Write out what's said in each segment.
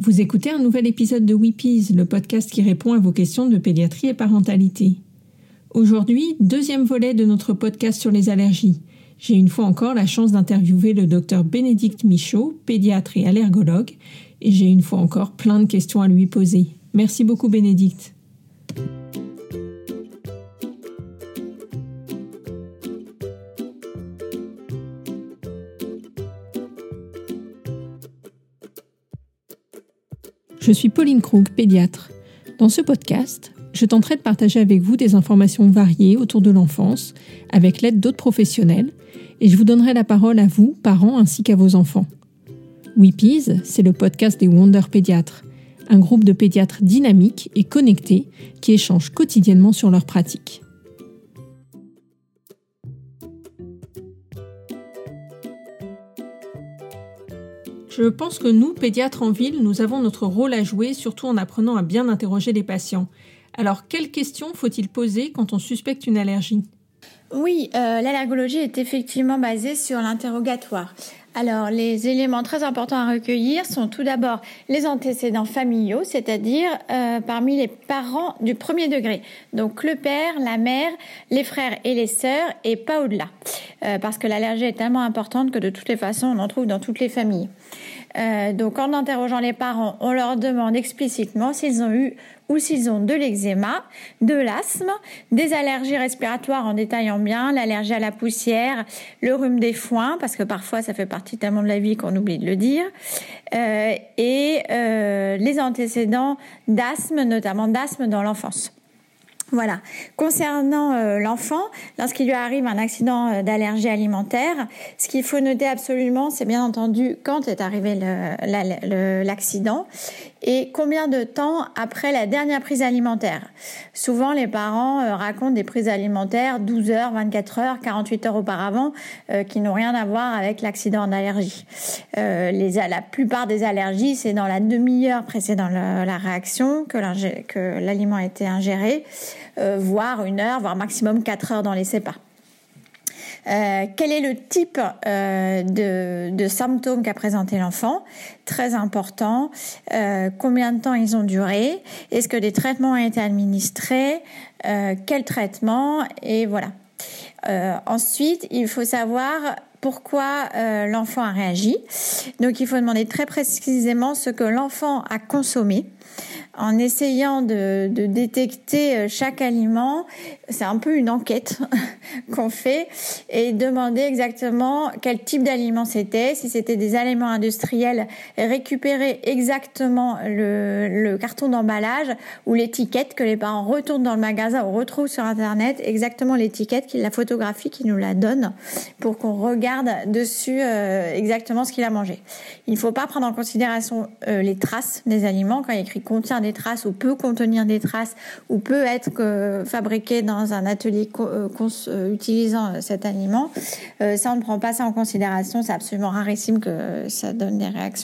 Vous écoutez un nouvel épisode de Weepies, le podcast qui répond à vos questions de pédiatrie et parentalité. Aujourd'hui, deuxième volet de notre podcast sur les allergies. J'ai une fois encore la chance d'interviewer le docteur Bénédicte Michaud, pédiatre et allergologue, et j'ai une fois encore plein de questions à lui poser. Merci beaucoup Bénédicte. Je suis Pauline Krug, pédiatre. Dans ce podcast, je tenterai de partager avec vous des informations variées autour de l'enfance, avec l'aide d'autres professionnels, et je vous donnerai la parole à vous, parents, ainsi qu'à vos enfants. Weepies, c'est le podcast des Wonder Pédiatres, un groupe de pédiatres dynamiques et connectés qui échangent quotidiennement sur leurs pratiques. Je pense que nous, pédiatres en ville, nous avons notre rôle à jouer, surtout en apprenant à bien interroger les patients. Alors, quelles questions faut-il poser quand on suspecte une allergie ? Oui, l'allergologie est effectivement basée sur l'interrogatoire. Alors, les éléments très importants à recueillir sont tout d'abord les antécédents familiaux, c'est-à-dire parmi les parents du premier degré. Donc, le père, la mère, les frères et les sœurs, et pas au-delà. Parce que l'allergie est tellement importante que de toutes les façons, on en trouve dans toutes les familles. Donc, en interrogeant les parents, on leur demande explicitement s'ils ont eu ou s'ils ont de l'eczéma, de l'asthme, des allergies respiratoires en détaillant bien, l'allergie à la poussière, le rhume des foins, parce que parfois ça fait partie tellement de la vie qu'on oublie de le dire, et les antécédents d'asthme, notamment d'asthme dans l'enfance. Voilà. Concernant l'enfant, lorsqu'il lui arrive un accident d'allergie alimentaire, ce qu'il faut noter absolument, c'est bien entendu quand est arrivé l'accident et combien de temps après la dernière prise alimentaire. Souvent, les parents racontent des prises alimentaires 12 heures, 24 heures, 48 heures auparavant qui n'ont rien à voir avec l'accident d'allergie. La plupart des allergies, c'est dans la demi-heure précédant la réaction que l'aliment a été ingéré, voire 1 heure, voire maximum 4 heures dans les CEPA. Quel est le type de symptômes qu'a présenté l'enfant ? Très important. Combien de temps ils ont duré ? Est-ce que des traitements ont été administrés ? Quel traitement ? Et voilà. Ensuite, il faut savoir pourquoi l'enfant a réagi. Donc, il faut demander très précisément ce que l'enfant a consommé. En essayant de détecter chaque aliment, c'est un peu une enquête qu'on fait et demander exactement quel type d'aliment c'était, si c'était des aliments industriels, récupérer exactement le carton d'emballage ou l'étiquette que les parents retournent dans le magasin ou retrouvent sur internet, exactement l'étiquette, la photographie qui nous la donne pour qu'on regarde dessus exactement ce qu'il a mangé. Il ne faut pas prendre en considération les traces des aliments quand il y a écrit contient des traces ou peut contenir des traces ou peut être fabriqué dans un atelier utilisant cet aliment. Ça, on ne prend pas ça en considération. C'est absolument rarissime que ça donne des réactions.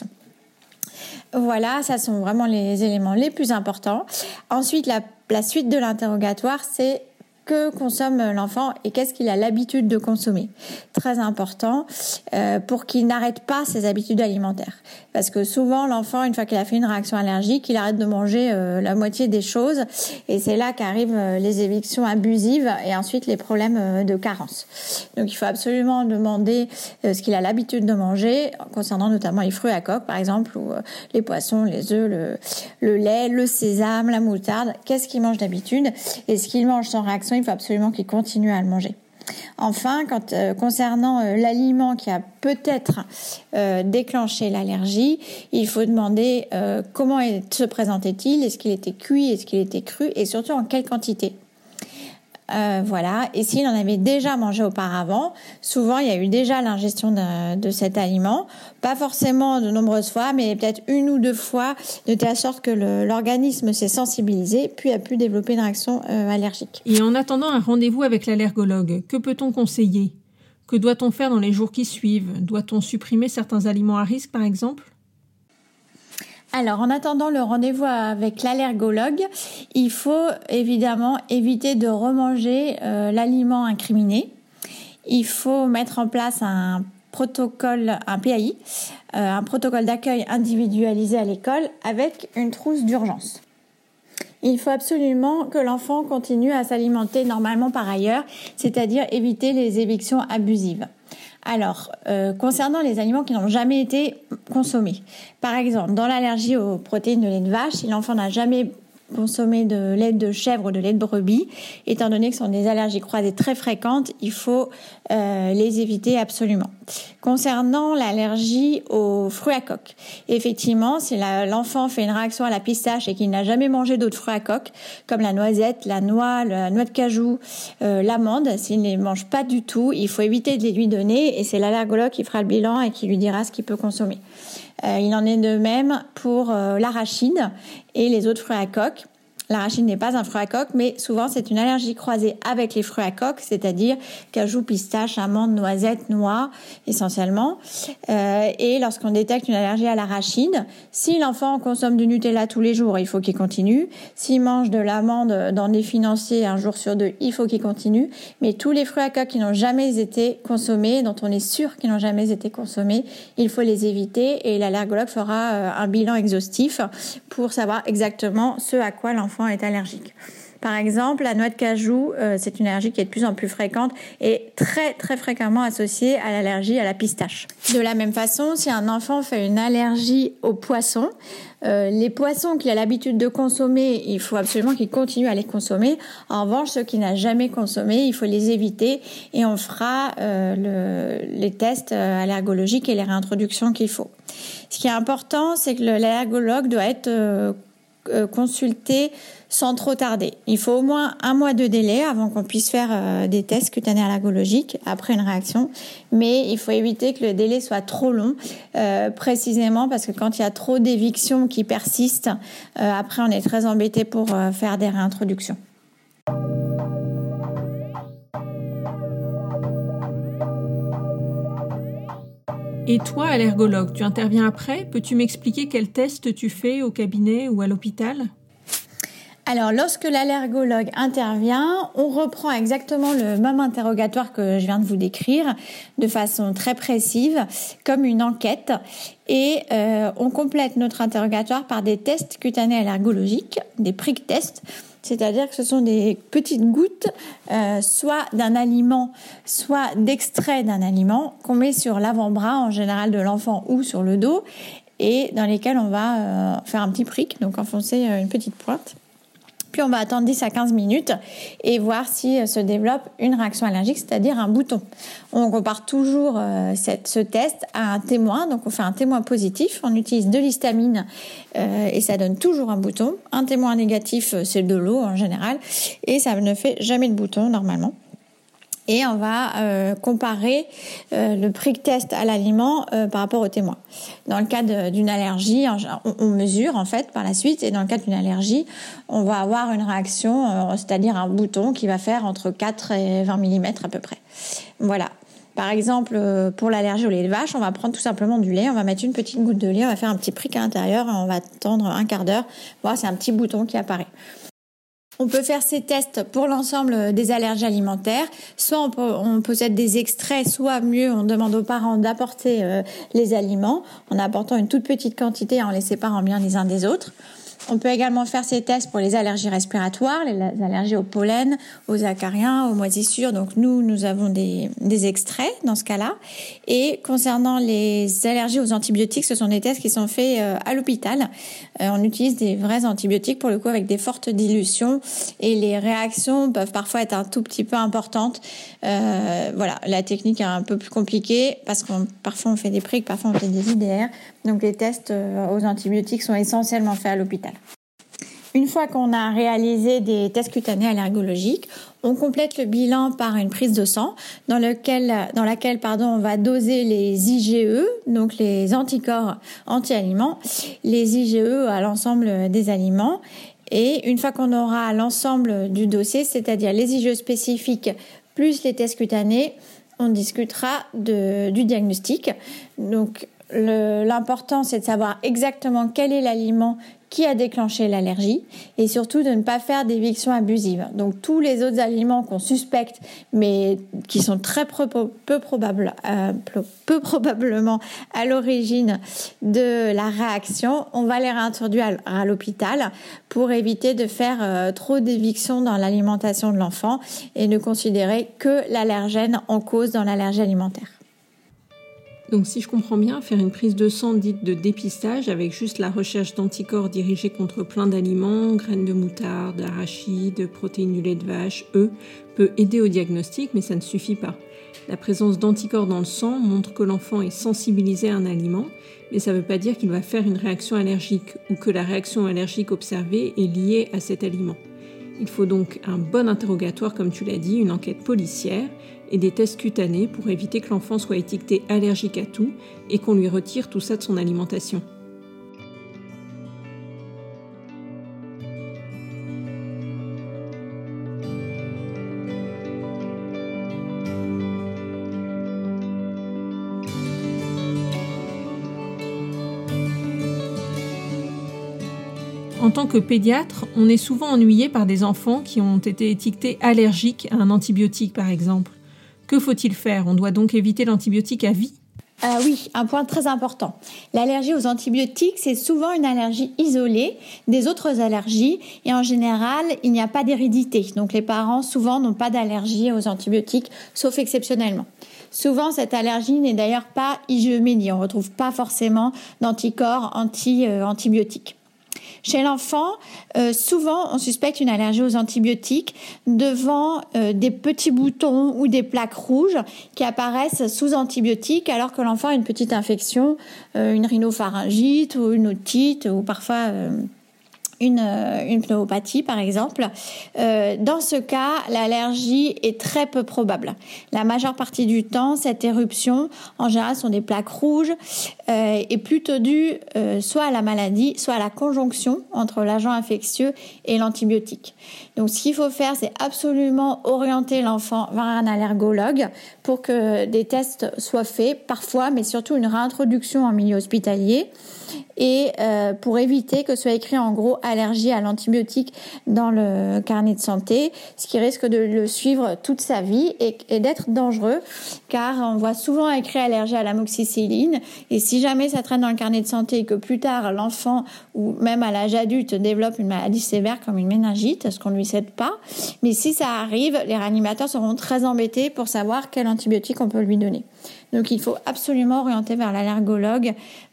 Voilà, ça sont vraiment les éléments les plus importants. Ensuite, la suite de l'interrogatoire, c'est que consomme l'enfant et qu'est-ce qu'il a l'habitude de consommer. Très important pour qu'il n'arrête pas ses habitudes alimentaires. Parce que souvent, l'enfant, une fois qu'il a fait une réaction allergique, il arrête de manger la moitié des choses et c'est là qu'arrivent les évictions abusives et ensuite les problèmes de carence. Donc, il faut absolument demander ce qu'il a l'habitude de manger concernant notamment les fruits à coque, par exemple, ou les poissons, les œufs, le lait, le sésame, la moutarde. Qu'est-ce qu'il mange d'habitude et ce qu'il mange sans réaction, il faut absolument qu'il continue à le manger. Enfin, concernant l'aliment qui a peut-être déclenché l'allergie, il faut demander comment se présentait-il, est-ce qu'il était cuit, est-ce qu'il était cru et surtout en quelle quantité. Voilà. Et s'il en avait déjà mangé auparavant, souvent il y a eu déjà l'ingestion de cet aliment, pas forcément de nombreuses fois, mais peut-être 1 ou 2 fois, de telle sorte que l'organisme s'est sensibilisé, puis a pu développer une réaction allergique. Et en attendant un rendez-vous avec l'allergologue, que peut-on conseiller ? Que doit-on faire dans les jours qui suivent ? Doit-on supprimer certains aliments à risque, par exemple ? Alors, en attendant le rendez-vous avec l'allergologue, il faut évidemment éviter de remanger l'aliment incriminé. Il faut mettre en place un un PAI, un protocole d'accueil individualisé à l'école avec une trousse d'urgence. Il faut absolument que l'enfant continue à s'alimenter normalement par ailleurs, c'est-à-dire éviter les évictions abusives. Alors, concernant les aliments qui n'ont jamais été consommés, par exemple, dans l'allergie aux protéines de lait de vache, si l'enfant n'a jamais consommé de lait de chèvre ou de lait de brebis, étant donné que ce sont des allergies croisées très fréquentes, il faut les éviter absolument. Concernant l'allergie aux fruits à coque, effectivement, si l'enfant fait une réaction à la pistache et qu'il n'a jamais mangé d'autres fruits à coque, comme la noisette, la noix de cajou, l'amande, s'il ne les mange pas du tout, il faut éviter de les lui donner et c'est l'allergologue qui fera le bilan et qui lui dira ce qu'il peut consommer. Il en est de même pour l'arachide et les autres fruits à coque. L'arachide n'est pas un fruit à coque, mais souvent c'est une allergie croisée avec les fruits à coque, c'est-à-dire cajou, pistache, amande, noisette, noix, essentiellement. Et lorsqu'on détecte une allergie à l'arachide, si l'enfant consomme du Nutella tous les jours, il faut qu'il continue. S'il mange de l'amande dans des financiers un jour sur 2, il faut qu'il continue. Mais tous les fruits à coque qui n'ont jamais été consommés, dont on est sûr qu'ils n'ont jamais été consommés, il faut les éviter et l'allergologue fera un bilan exhaustif pour savoir exactement ce à quoi l'enfant est allergique. Par exemple, la noix de cajou, c'est une allergie qui est de plus en plus fréquente et très très fréquemment associée à l'allergie à la pistache. De la même façon, si un enfant fait une allergie aux poissons, les poissons qu'il a l'habitude de consommer, il faut absolument qu'il continue à les consommer. En revanche, ceux qu'il n'a jamais consommés, il faut les éviter et on fera les tests allergologiques et les réintroductions qu'il faut. Ce qui est important, c'est que l'allergologue doit être consulté sans trop tarder. Il faut au moins 1 mois de délai avant qu'on puisse faire des tests cutanés allergologiques après une réaction, mais il faut éviter que le délai soit trop long, précisément parce que quand il y a trop d'évictions qui persistent, après on est très embêté pour faire des réintroductions. Et toi, allergologue, tu interviens après ? Peux-tu m'expliquer quels tests tu fais au cabinet ou à l'hôpital ? Alors, lorsque l'allergologue intervient, on reprend exactement le même interrogatoire que je viens de vous décrire, de façon très précise, comme une enquête. Et on complète notre interrogatoire par des tests cutanés allergologiques, des prick tests. C'est-à-dire que ce sont des petites gouttes, soit d'un aliment, soit d'extrait d'un aliment, qu'on met sur l'avant-bras, en général de l'enfant, ou sur le dos, et dans lesquels on va faire un petit prick, donc enfoncer une petite pointe. Puis on va attendre 10 à 15 minutes et voir si se développe une réaction allergique, c'est-à-dire un bouton. On compare toujours ce test à un témoin, donc on fait un témoin positif, on utilise de l'histamine et ça donne toujours un bouton. Un témoin négatif, c'est de l'eau en général et ça ne fait jamais de bouton normalement. Et on va comparer le prick test à l'aliment par rapport au témoin. Dans le cas d'une allergie, on mesure en fait par la suite, et dans le cas d'une allergie, on va avoir une réaction, c'est-à-dire un bouton qui va faire entre 4 et 20 mm à peu près. Voilà. Par exemple, pour l'allergie au lait de vache, on va prendre tout simplement du lait, on va mettre une petite goutte de lait, on va faire un petit prick à l'intérieur, et on va attendre un quart d'heure, voir c'est un petit bouton qui apparaît. On peut faire ces tests pour l'ensemble des allergies alimentaires. Soit on possède des extraits, soit mieux, on demande aux parents d'apporter les aliments en apportant une toute petite quantité et en les séparant bien les uns des autres. On peut également faire ces tests pour les allergies respiratoires, les allergies au pollen, aux acariens, aux moisissures. Donc nous avons des extraits dans ce cas-là. Et concernant les allergies aux antibiotiques, ce sont des tests qui sont faits à l'hôpital. On utilise des vrais antibiotiques pour le coup avec des fortes dilutions et les réactions peuvent parfois être un tout petit peu importantes. Voilà, la technique est un peu plus compliquée parce que parfois on fait des pricks, parfois on fait des IDR. Donc les tests aux antibiotiques sont essentiellement faits à l'hôpital. Une fois qu'on a réalisé des tests cutanés allergologiques, on complète le bilan par une prise de sang dans laquelle on va doser les IgE, donc les anticorps anti-aliments, les IgE à l'ensemble des aliments. Et une fois qu'on aura l'ensemble du dossier, c'est-à-dire les IgE spécifiques plus les tests cutanés, on discutera du diagnostic. Donc l'important, c'est de savoir exactement quel est l'aliment qui a déclenché l'allergie et surtout de ne pas faire d'éviction abusive. Donc tous les autres aliments qu'on suspecte mais qui sont très peu probablement à l'origine de la réaction, on va les réintroduire à l'hôpital pour éviter de faire trop d'éviction dans l'alimentation de l'enfant et ne considérer que l'allergène en cause dans l'allergie alimentaire. Donc si je comprends bien, faire une prise de sang dite de dépistage avec juste la recherche d'anticorps dirigés contre plein d'aliments, graines de moutarde, arachides, protéines du lait de vache, œufs, peut aider au diagnostic, mais ça ne suffit pas. La présence d'anticorps dans le sang montre que l'enfant est sensibilisé à un aliment, mais ça ne veut pas dire qu'il va faire une réaction allergique ou que la réaction allergique observée est liée à cet aliment. Il faut donc un bon interrogatoire, comme tu l'as dit, une enquête policière et des tests cutanés pour éviter que l'enfant soit étiqueté allergique à tout et qu'on lui retire tout ça de son alimentation. En tant que pédiatre, on est souvent ennuyé par des enfants qui ont été étiquetés allergiques à un antibiotique, par exemple. Que faut-il faire ? On doit donc éviter l'antibiotique à vie ? Oui, un point très important. L'allergie aux antibiotiques, c'est souvent une allergie isolée des autres allergies et en général, il n'y a pas d'hérédité. Donc les parents, souvent, n'ont pas d'allergie aux antibiotiques, sauf exceptionnellement. Souvent, cette allergie n'est d'ailleurs pas IgE-médiée. On ne retrouve pas forcément d'anticorps antibiotiques. Chez l'enfant, souvent, on suspecte une allergie aux antibiotiques devant des petits boutons ou des plaques rouges qui apparaissent sous antibiotiques alors que l'enfant a une petite infection, une rhinopharyngite ou une otite ou parfois une pneumopathie par exemple. Dans ce cas, l'allergie est très peu probable. La majeure partie du temps, cette éruption, en général, sont des plaques rouges et plutôt due soit à la maladie, soit à la conjonction entre l'agent infectieux et l'antibiotique. Donc, ce qu'il faut faire, c'est absolument orienter l'enfant vers un allergologue pour que des tests soient faits, parfois, mais surtout une réintroduction en milieu hospitalier et pour éviter que soit écrit en gros allergie à l'antibiotique dans le carnet de santé, ce qui risque de le suivre toute sa vie et d'être dangereux car on voit souvent écrit allergie à l'amoxicilline et si jamais ça traîne dans le carnet de santé et que plus tard l'enfant ou même à l'âge adulte développe une maladie sévère comme une méningite, ce qu'on ne lui souhaite pas, mais si ça arrive, les réanimateurs seront très embêtés pour savoir quel antibiotique on peut lui donner. Donc il faut absolument orienter vers l'allergologue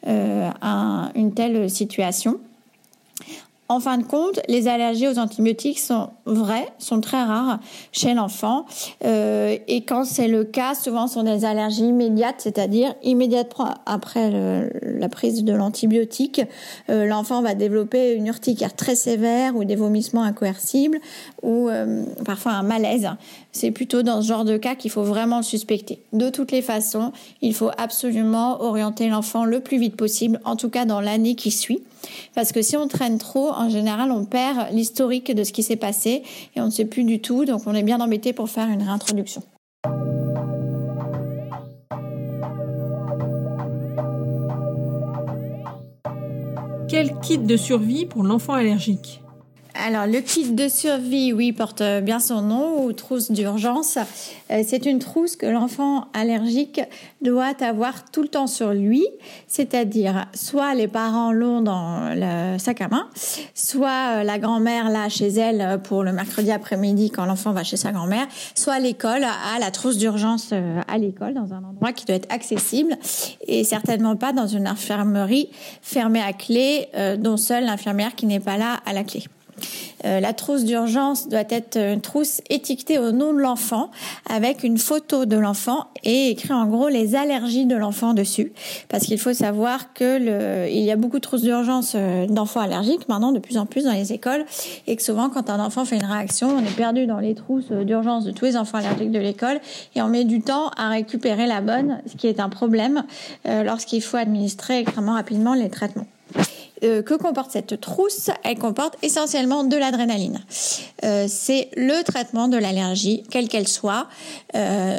une telle situation. En fin de compte, les allergies aux antibiotiques sont très rares chez l'enfant. Et quand c'est le cas, souvent ce sont des allergies immédiates, c'est-à-dire immédiatement après la prise de l'antibiotique, l'enfant va développer une urticaire très sévère ou des vomissements incoercibles ou parfois un malaise. C'est plutôt dans ce genre de cas qu'il faut vraiment le suspecter. De toutes les façons, il faut absolument orienter l'enfant le plus vite possible, en tout cas dans l'année qui suit. Parce que si on traîne trop, en général, on perd l'historique de ce qui s'est passé et on ne sait plus du tout. Donc, on est bien embêté pour faire une réintroduction. Quel kit de survie pour l'enfant allergique ? Alors, le kit de survie, oui, porte bien son nom, ou trousse d'urgence. C'est une trousse que l'enfant allergique doit avoir tout le temps sur lui, c'est-à-dire soit les parents l'ont dans le sac à main, soit la grand-mère l'a chez elle pour le mercredi après-midi quand l'enfant va chez sa grand-mère, soit l'école a la trousse d'urgence à l'école dans un endroit qui doit être accessible et certainement pas dans une infirmerie fermée à clé dont seule l'infirmière qui n'est pas là à la clé. La trousse d'urgence doit être une trousse étiquetée au nom de l'enfant avec une photo de l'enfant et écrit en gros les allergies de l'enfant dessus parce qu'il faut savoir que il y a beaucoup de trousses d'urgence d'enfants allergiques maintenant de plus en plus dans les écoles et que souvent quand un enfant fait une réaction on est perdu dans les trousses d'urgence de tous les enfants allergiques de l'école et on met du temps à récupérer la bonne, ce qui est un problème lorsqu'il faut administrer extrêmement rapidement les traitements. Que comporte cette trousse ? Elle comporte essentiellement de l'adrénaline. C'est le traitement de l'allergie, quelle qu'elle soit.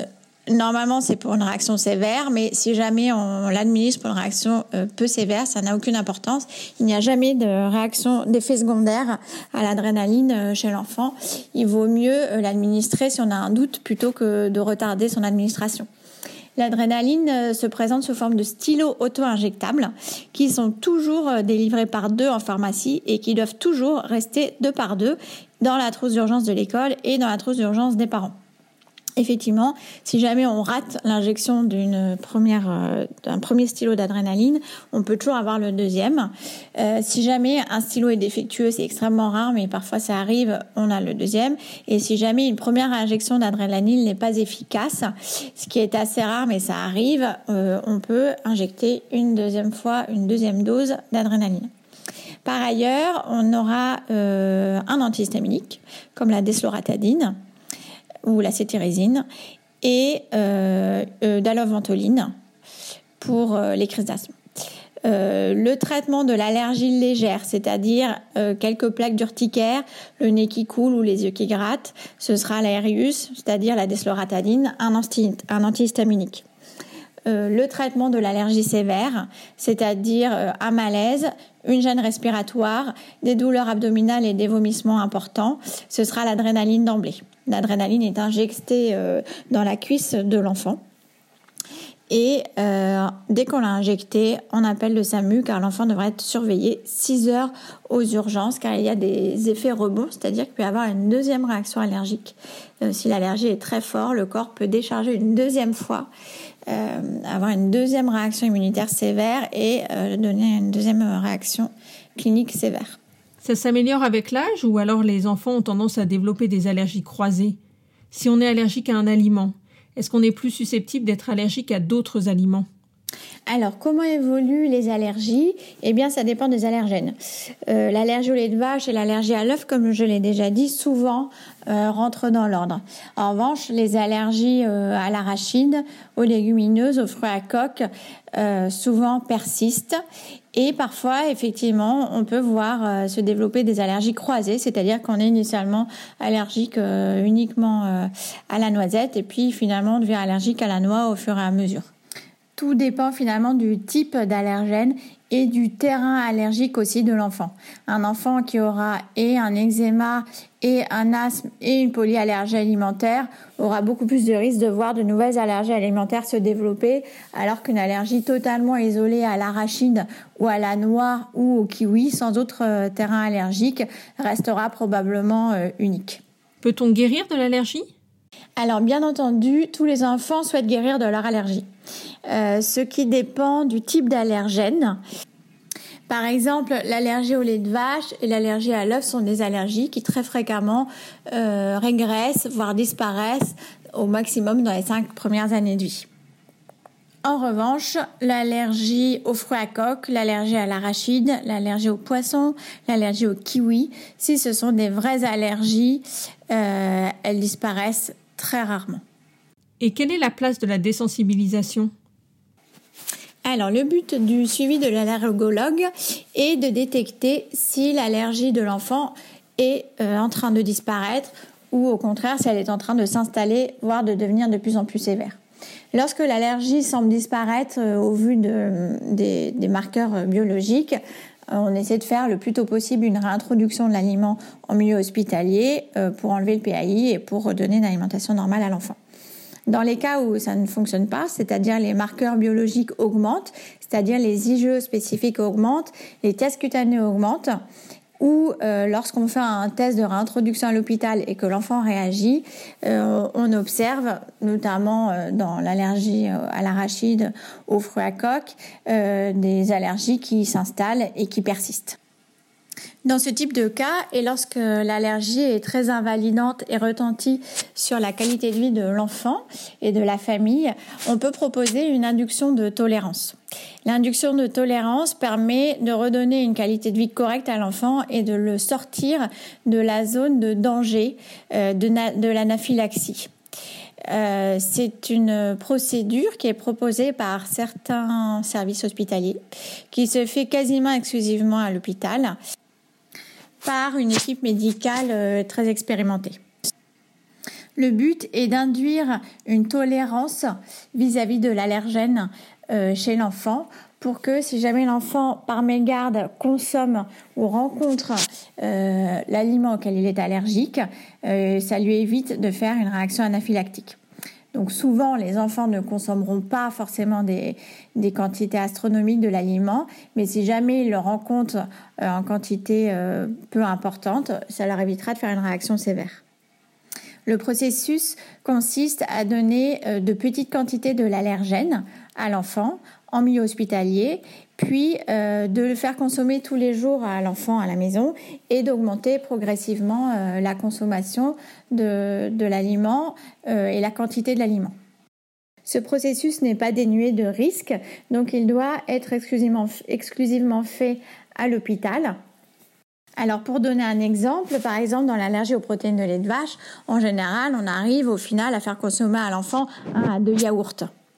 Normalement, c'est pour une réaction sévère, mais si jamais on l'administre pour une réaction peu sévère, ça n'a aucune importance. Il n'y a jamais de réaction, d'effet secondaire à l'adrénaline chez l'enfant. Il vaut mieux l'administrer si on a un doute plutôt que de retarder son administration. L'adrénaline se présente sous forme de stylos auto-injectables qui sont toujours délivrés par 2 en pharmacie et qui doivent toujours rester 2 par 2 dans la trousse d'urgence de l'école et dans la trousse d'urgence des parents. Effectivement, si jamais on rate l'injection d'un premier stylo d'adrénaline, on peut toujours avoir le deuxième. Si jamais un stylo est défectueux, c'est extrêmement rare, mais parfois ça arrive, on a le deuxième. Et si jamais une première injection d'adrénaline n'est pas efficace, ce qui est assez rare, mais ça arrive, on peut injecter une deuxième dose d'adrénaline. Par ailleurs, on aura un antihistaminique, comme la desloratadine, ou la cétirizine, et daloventoline pour les crises d'asthme. Le traitement de l'allergie légère, c'est-à-dire quelques plaques d'urticaire, le nez qui coule ou les yeux qui grattent, ce sera l'Aerius, c'est-à-dire la desloratadine, un antihistaminique. Le traitement de l'allergie sévère, c'est-à-dire un malaise, une gêne respiratoire, des douleurs abdominales et des vomissements importants, ce sera l'adrénaline d'emblée. L'adrénaline est injectée dans la cuisse de l'enfant. Et dès qu'on l'a injecté, on appelle le SAMU car l'enfant devrait être surveillé 6 heures aux urgences car il y a des effets rebonds, c'est-à-dire qu'il peut y avoir une deuxième réaction allergique. Si l'allergie est très forte, le corps peut décharger une deuxième fois, avoir une deuxième réaction immunitaire sévère et donner une deuxième réaction clinique sévère. Ça s'améliore avec l'âge ou alors les enfants ont tendance à développer des allergies croisées? Si on est allergique à un aliment, est-ce qu'on est plus susceptible d'être allergique à d'autres aliments? Alors, comment évoluent les allergies? Eh bien, ça dépend des allergènes. L'allergie au lait de vache et l'allergie à l'œuf, comme je l'ai déjà dit, souvent rentrent dans l'ordre. En revanche, les allergies à l'arachide, aux légumineuses, aux fruits à coque, souvent persistent. Et parfois, effectivement, on peut voir se développer des allergies croisées, c'est-à-dire qu'on est initialement allergique uniquement à la noisette et puis finalement on devient allergique à la noix au fur et à mesure. Tout dépend finalement du type d'allergène et du terrain allergique aussi de l'enfant. Un enfant qui aura et un eczéma et un asthme et une polyallergie alimentaire aura beaucoup plus de risques de voir de nouvelles allergies alimentaires se développer, alors qu'une allergie totalement isolée à l'arachide ou à la noix ou au kiwi sans autre terrain allergique restera probablement unique. Peut-on guérir de l'allergie ? Alors bien entendu, tous les enfants souhaitent guérir de leur allergie. Ce qui dépend du type d'allergène. Par exemple, l'allergie au lait de vache et l'allergie à l'œuf sont des allergies qui très fréquemment régressent, voire disparaissent au maximum dans les 5 premières années de vie. En revanche, l'allergie aux fruits à coque, l'allergie à l'arachide, l'allergie aux poissons, l'allergie au kiwi, si ce sont des vraies allergies, elles disparaissent très rarement. Et quelle est la place de la désensibilisation ? Alors, le but du suivi de l'allergologue est de détecter si l'allergie de l'enfant est en train de disparaître ou au contraire si elle est en train de s'installer, voire de devenir de plus en plus sévère. Lorsque l'allergie semble disparaître au vu des marqueurs biologiques, on essaie de faire le plus tôt possible une réintroduction de l'aliment en milieu hospitalier pour enlever le PAI et pour redonner une alimentation normale à l'enfant. Dans les cas où ça ne fonctionne pas, c'est-à-dire les marqueurs biologiques augmentent, c'est-à-dire les IgE spécifiques augmentent, les tests cutanés augmentent, ou lorsqu'on fait un test de réintroduction à l'hôpital et que l'enfant réagit, on observe, notamment dans l'allergie à l'arachide, aux fruits à coque, des allergies qui s'installent et qui persistent. Dans ce type de cas, et lorsque l'allergie est très invalidante et retentit sur la qualité de vie de l'enfant et de la famille, on peut proposer une induction de tolérance. L'induction de tolérance permet de redonner une qualité de vie correcte à l'enfant et de le sortir de la zone de danger de l'anaphylaxie. C'est une procédure qui est proposée par certains services hospitaliers, qui se fait quasiment exclusivement à l'hôpital, par une équipe médicale très expérimentée. Le but est d'induire une tolérance vis-à-vis de l'allergène chez l'enfant pour que si jamais l'enfant, par mégarde, consomme ou rencontre l'aliment auquel il est allergique, ça lui évite de faire une réaction anaphylactique. Donc souvent, les enfants ne consommeront pas forcément des quantités astronomiques de l'aliment, mais si jamais ils le rencontrent en quantité peu importante, ça leur évitera de faire une réaction sévère. Le processus consiste à donner de petites quantités de l'allergène à l'enfant en milieu hospitalier, puis de le faire consommer tous les jours à l'enfant à la maison et d'augmenter progressivement la consommation de l'aliment et la quantité de l'aliment. Ce processus n'est pas dénué de risques, donc il doit être exclusivement fait à l'hôpital. Alors pour donner un exemple, par exemple dans l'allergie aux protéines de lait de vache, en général on arrive au final à faire consommer à l'enfant 1 à 2 yaourts,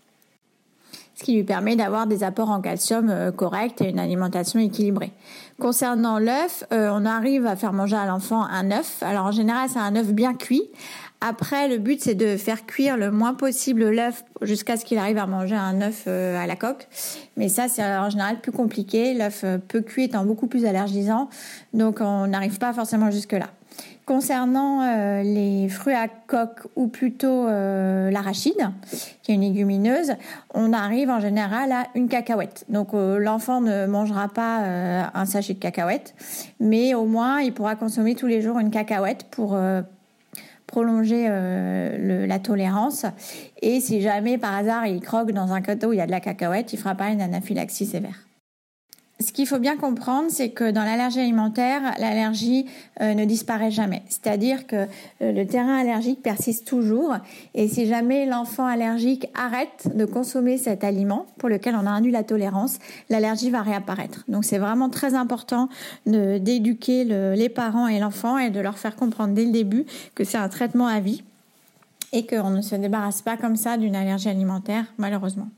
ce qui lui permet d'avoir des apports en calcium corrects et une alimentation équilibrée. Concernant l'œuf, on arrive à faire manger à l'enfant un œuf. Alors en général c'est un œuf bien cuit. Après, le but, c'est de faire cuire le moins possible l'œuf jusqu'à ce qu'il arrive à manger un œuf à la coque. Mais ça, c'est en général plus compliqué. L'œuf peu cuit étant beaucoup plus allergisant. Donc, on n'arrive pas forcément jusque-là. Concernant les fruits à coque ou plutôt l'arachide, qui est une légumineuse, on arrive en général à une cacahuète. Donc l'enfant ne mangera pas un sachet de cacahuètes, mais au moins il pourra consommer tous les jours une cacahuète pour prolonger la tolérance. Et si jamais par hasard il croque dans un gâteau où il y a de la cacahuète, il ne fera pas une anaphylaxie sévère. Ce qu'il faut bien comprendre, c'est que dans l'allergie alimentaire, l'allergie ne disparaît jamais. C'est-à-dire que le terrain allergique persiste toujours. Et si jamais l'enfant allergique arrête de consommer cet aliment pour lequel on a induit la tolérance, l'allergie va réapparaître. Donc c'est vraiment très important d'éduquer les parents et l'enfant et de leur faire comprendre dès le début que c'est un traitement à vie et qu'on ne se débarrasse pas comme ça d'une allergie alimentaire, malheureusement.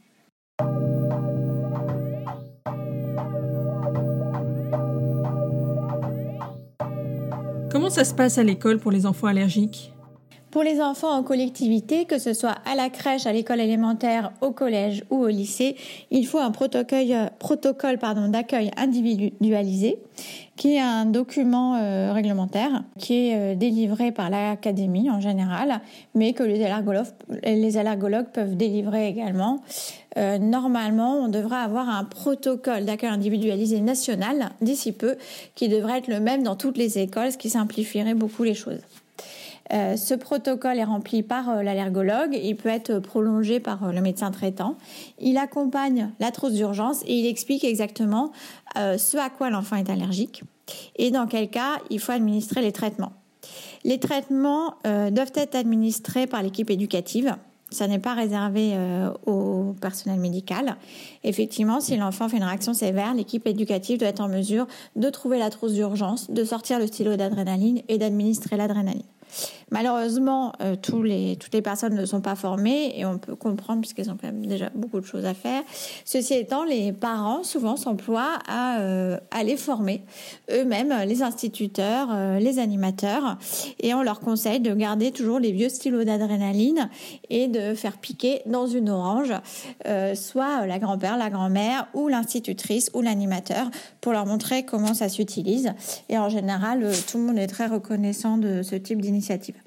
Comment ça se passe à l'école pour les enfants allergiques ? Pour les enfants en collectivité, que ce soit à la crèche, à l'école élémentaire, au collège ou au lycée, il faut un protocole d'accueil individualisé, qui est un document réglementaire qui est délivré par l'académie en général, mais que les allergologues peuvent délivrer également. Normalement, on devrait avoir un protocole d'accueil individualisé national d'ici peu, qui devrait être le même dans toutes les écoles, ce qui simplifierait beaucoup les choses. Ce protocole est rempli par l'allergologue, il peut être prolongé par le médecin traitant. Il accompagne la trousse d'urgence et il explique exactement ce à quoi l'enfant est allergique et dans quel cas il faut administrer les traitements. Les traitements doivent être administrés par l'équipe éducative. Ça n'est pas réservé au personnel médical. Effectivement, si l'enfant fait une réaction sévère, l'équipe éducative doit être en mesure de trouver la trousse d'urgence, de sortir le stylo d'adrénaline et d'administrer l'adrénaline. Malheureusement, toutes les personnes ne sont pas formées et on peut comprendre puisqu'elles ont quand même déjà beaucoup de choses à faire. Ceci étant, les parents souvent s'emploient à les former eux-mêmes, les instituteurs, les animateurs, et on leur conseille de garder toujours les vieux stylos d'adrénaline et de faire piquer dans une orange soit la grand-père, la grand-mère ou l'institutrice ou l'animateur pour leur montrer comment ça s'utilise. Et en général, tout le monde est très reconnaissant de ce type d'initiative.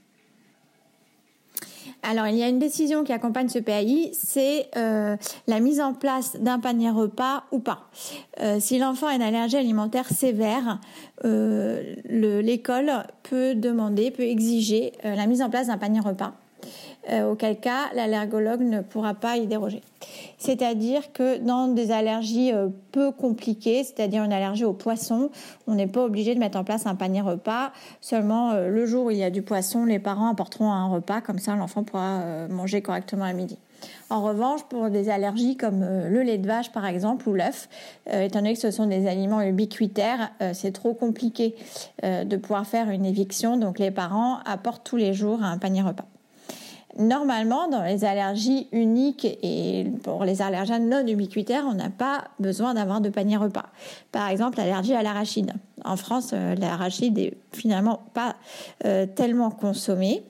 Alors, il y a une décision qui accompagne ce PAI, c'est la mise en place d'un panier repas ou pas. Si l'enfant a une allergie alimentaire sévère, l'école peut exiger la mise en place d'un panier repas. Auquel cas l'allergologue ne pourra pas y déroger. C'est-à-dire que dans des allergies peu compliquées, c'est-à-dire une allergie au poisson, on n'est pas obligé de mettre en place un panier repas. Seulement le jour où il y a du poisson, les parents apporteront un repas, comme ça l'enfant pourra manger correctement à midi. En revanche, pour des allergies comme le lait de vache par exemple ou l'œuf, étant donné que ce sont des aliments ubiquitaires, c'est trop compliqué de pouvoir faire une éviction, donc les parents apportent tous les jours un panier repas. Normalement, dans les allergies uniques et pour les allergènes non ubiquitaires, on n'a pas besoin d'avoir de panier repas. Par exemple, l'allergie à l'arachide. En France, l'arachide est finalement pas tellement consommé.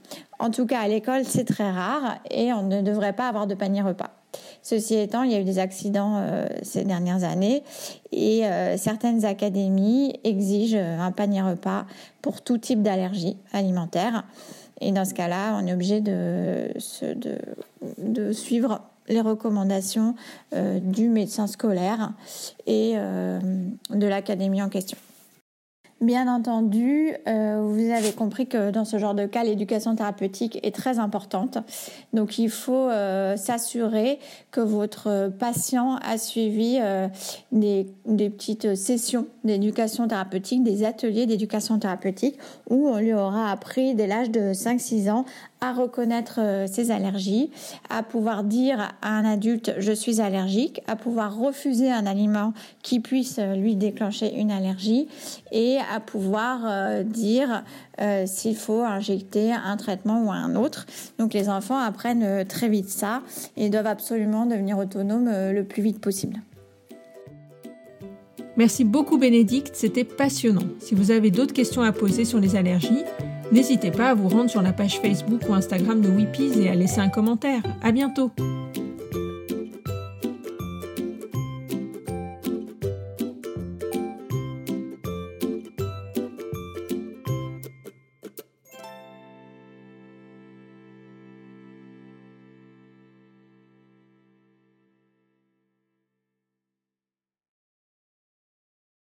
En tout cas, à l'école, c'est très rare et on ne devrait pas avoir de panier repas. Ceci étant, il y a eu des accidents ces dernières années et certaines académies exigent un panier repas pour tout type d'allergie alimentaire. Et dans ce cas-là, on est obligé de suivre les recommandations du médecin scolaire et de l'académie en question. Bien entendu, vous avez compris que dans ce genre de cas, l'éducation thérapeutique est très importante. Donc, il faut s'assurer que votre patient a suivi des petites sessions d'éducation thérapeutique, des ateliers d'éducation thérapeutique où on lui aura appris dès l'âge de 5-6 ans à reconnaître ses allergies, à pouvoir dire à un adulte « je suis allergique », à pouvoir refuser un aliment qui puisse lui déclencher une allergie et à pouvoir dire s'il faut injecter un traitement ou un autre. Donc les enfants apprennent très vite ça et doivent absolument devenir autonomes le plus vite possible. Merci beaucoup Bénédicte, c'était passionnant. Si vous avez d'autres questions à poser sur les allergies, n'hésitez pas à vous rendre sur la page Facebook ou Instagram de Weepies et à laisser un commentaire. À bientôt!